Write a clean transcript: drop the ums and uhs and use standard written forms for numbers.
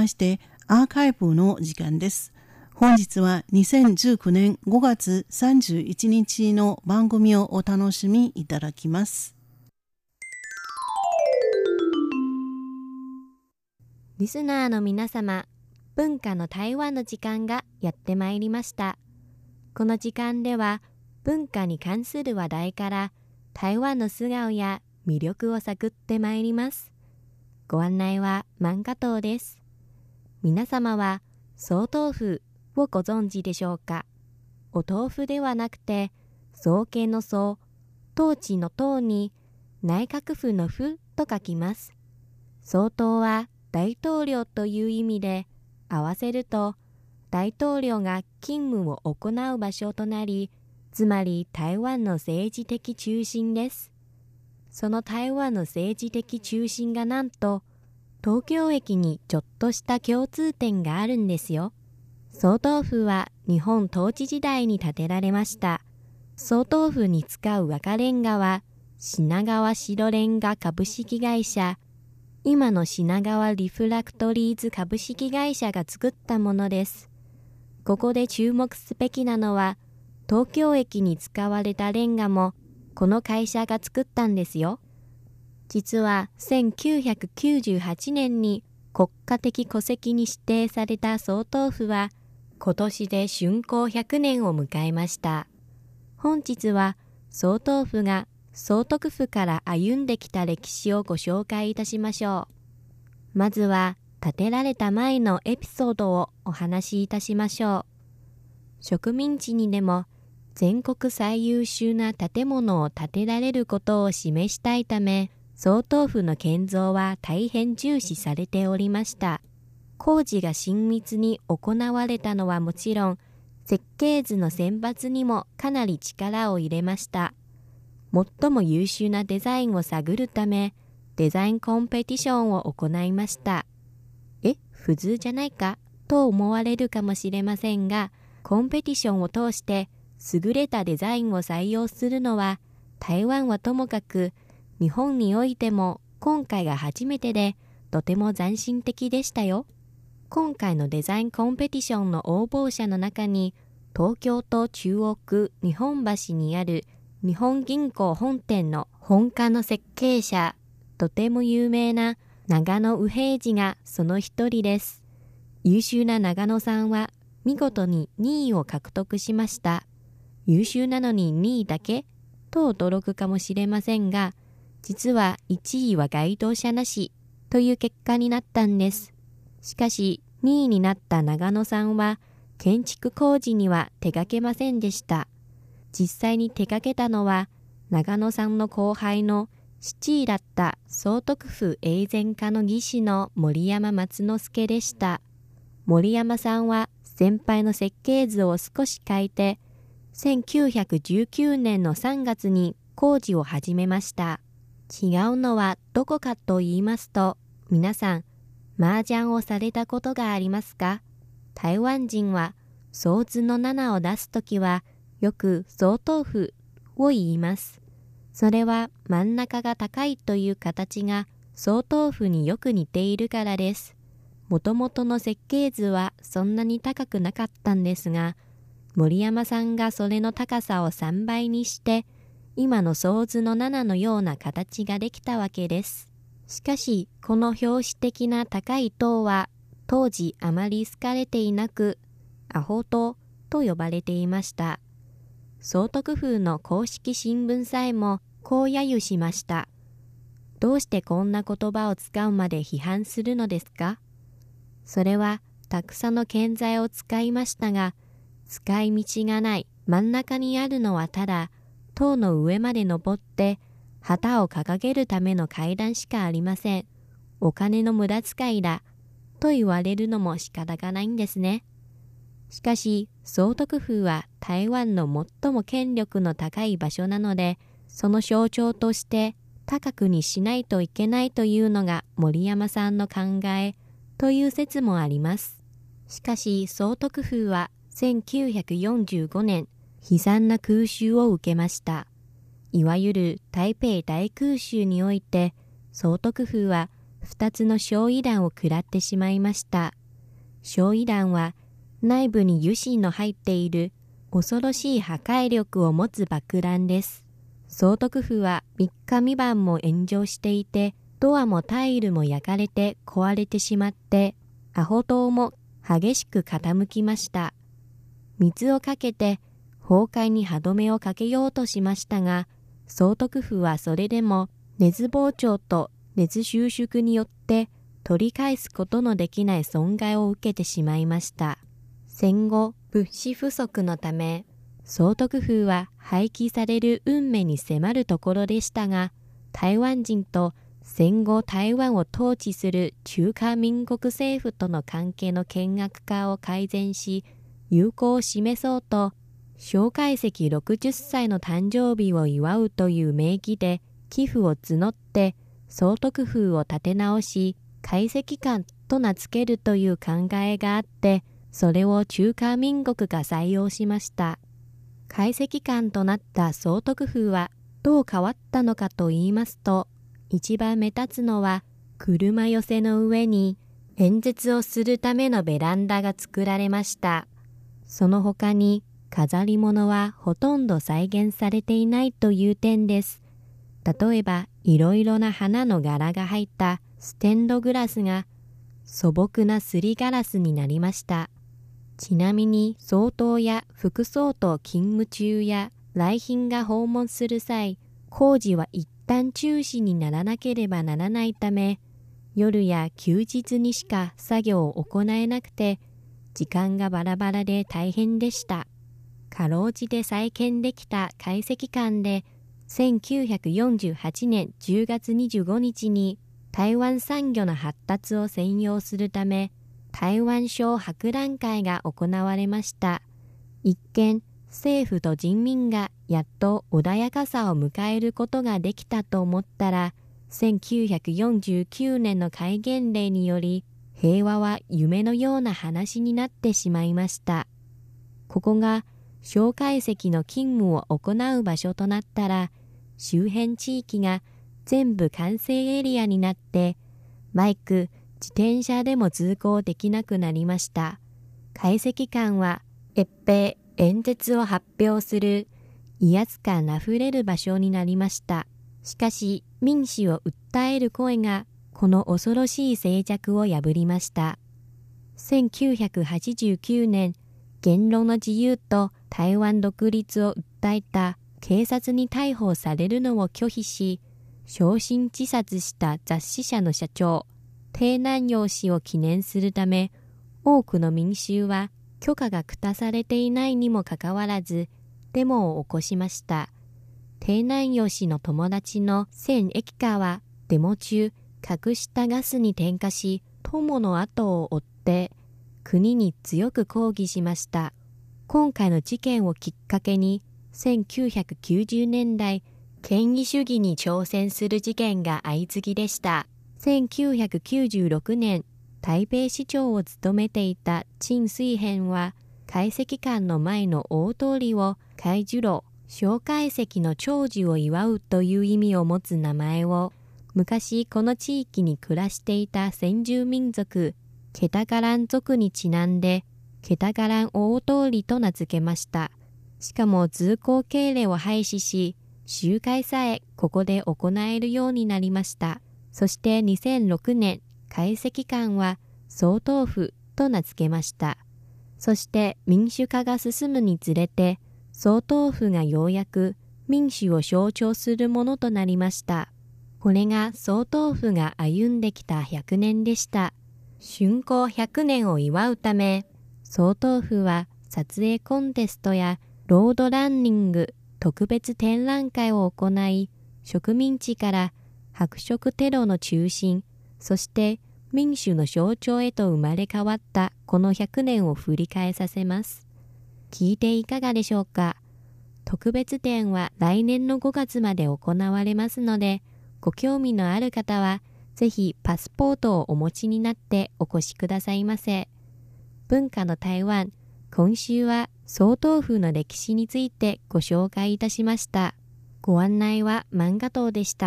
ましてアーカイブの時間です。本日は2019年5月31日の番組をお楽しみいただきます。 リスナーの皆様、文化の台湾の時間がやってまいりました。この時間では文化に関する話題から台湾の素顔や魅力を探ってまいります。ご案内は万華刀です。皆様は総豆腐をご存知でしょうか。お豆腐ではなくて、総研の総、統治の統に内閣府の府と書きます。総統は大統領という意味で、合わせると大統領が勤務を行う場所となり、つまり台湾の政治的中心です。その台湾の政治的中心がなんと東京駅にちょっとした共通点があるんですよ。総統府は日本統治時代に建てられました。総統府に使う赤レンガは品川白レンガ株式会社、今の品川リフラクトリーズ株式会社が作ったものです。ここで注目すべきなのは、東京駅に使われたレンガもこの会社が作ったんですよ。実は1998年に国家的戸籍に指定された総統府は今年で竣工100年を迎えました。本日は総統府が総督府から歩んできた歴史をご紹介いたしましょう。まずは建てられた前のエピソードをお話しいたしましょう。植民地にでも全国最優秀な建物を建てられることを示したいため、総統府の建造は大変重視されておりました。工事が親密に行われたのはもちろん、設計図の選抜にもかなり力を入れました。最も優秀なデザインを探るため、デザインコンペティションを行いました。普通じゃないかと思われるかもしれませんが、コンペティションを通して優れたデザインを採用するのは、台湾はともかく日本においても今回が初めてで、とても斬新的でしたよ。今回のデザインコンペティションの応募者の中に、東京都中央区日本橋にある日本銀行本店の本家の設計者、とても有名な長野右平次がその一人です。優秀な長野さんは見事に2位を獲得しました。優秀なのに2位だけと驚くかもしれませんが、実は1位は該当者なしという結果になったんです。しかし2位になった長野さんは建築工事には手掛けませんでした。実際に手掛けたのは長野さんの後輩の7位だった総督府永前課の技師の森山松之助でした。森山さんは先輩の設計図を少し変えて、1919年の3月に工事を始めました。違うのはどこかと言いますと、皆さん、麻雀をされたことがありますか？台湾人は総図の7を出すときは、よく総統府を言います。それは真ん中が高いという形が総統府によく似ているからです。もともとの設計図はそんなに高くなかったんですが、森山さんがそれの高さを3倍にして、今の総図の7のような形ができたわけです。しかし、この表紙的な高い塔は、当時あまり好かれていなく、アホ塔と呼ばれていました。総督府の公式新聞さえもこう揶揄しました。どうしてこんな言葉を使うまで批判するのですか？それはたくさんの建材を使いましたが、使い道がない。真ん中にあるのはただ、塔の上まで登って旗を掲げるための階段しかありません。お金の無駄遣いだと言われるのも仕方がないんですね。しかし、総督府は台湾の最も権力の高い場所なので、その象徴として高くにしないといけないというのが森山さんの考えという説もあります。しかし、総督府は1945年、悲惨な空襲を受けました。いわゆる台北大空襲において、総督府は 2つの焼夷弾を食らってしまいました。焼夷弾は内部に油脂の入っている恐ろしい破壊力を持つ爆弾です。総督府は3日3晩も炎上していて、ドアもタイルも焼かれて壊れてしまって、アホ塔も激しく傾きました。水をかけて崩壊に歯止めをかけようとしましたが、総督府はそれでも熱膨張と熱収縮によって取り返すことのできない損害を受けてしまいました。戦後、物資不足のため、総督府は廃棄される運命に迫るところでしたが、台湾人と戦後台湾を統治する中華民国政府との関係の険悪化を改善し、友好を示そうと、蒋介石60歳の誕生日を祝うという名義で寄付を募って総督府を立て直し、懐石館と名付けるという考えがあって、それを中華民国が採用しました。懐石館となった総督府はどう変わったのかと言いますと、一番目立つのは車寄せの上に演説をするためのベランダが作られました。その他に飾り物はほとんど再現されていないという点です。例えば、いろいろな花の柄が入ったステンドグラスが素朴なすりガラスになりました。ちなみに、総統や副総統勤務中や来賓が訪問する際、工事は一旦中止にならなければならないため、夜や休日にしか作業を行えなくて、時間がバラバラで大変でした。かろうじて再建できた懐石館で、1948年10月25日に台湾産業の発達を宣揚するため、台湾省博覧会が行われました。一見、政府と人民がやっと穏やかさを迎えることができたと思ったら、1949年の戒厳令により、平和は夢のような話になってしまいました。ここが蒋介石の勤務を行う場所となったら、周辺地域が全部管制エリアになって、バイク、自転車でも通行できなくなりました。懐石館は、閲兵、演説を発表する威圧感あふれる場所になりました。しかし、民主を訴える声が、この恐ろしい静寂を破りました。1989年、言論の自由と台湾独立を訴えた警察に逮捕されるのを拒否し、焼身自殺した雑誌社の社長、鄭南榕氏を記念するため、多くの民衆は許可が下されていないにもかかわらず、デモを起こしました。鄭南榕氏の友達の千益華は、デモ中、隠したガスに点火し、友の後を追って、国に強く抗議しました。今回の事件をきっかけに、1990年代、権威主義に挑戦する事件が相次ぎでした。1996年、台北市長を務めていた陳水扁は、懐石館の前の大通りを海寿路、蒋介石の長寿を祝うという意味を持つ名前を、昔この地域に暮らしていた先住民族、ケタガラン族にちなんで、ケタガラン大通りと名付けました。しかも通行敬礼を廃止し、集会さえここで行えるようになりました。そして2006年、懐石館は総統府と名付けました。そして民主化が進むにつれて、総統府がようやく民主を象徴するものとなりました。これが総統府が歩んできた100年でした。竣工100年を祝うため、総統府は撮影コンテストやロードランニング、特別展覧会を行い、植民地から白色テロの中心、そして民主の象徴へと生まれ変わったこの100年を振り返させます。聞いていかがでしょうか。特別展は来年の5月まで行われますので、ご興味のある方は、ぜひパスポートをお持ちになってお越しくださいませ。文化の台湾、今週は総統府の歴史についてご紹介いたしました。ご案内は万華棟でした。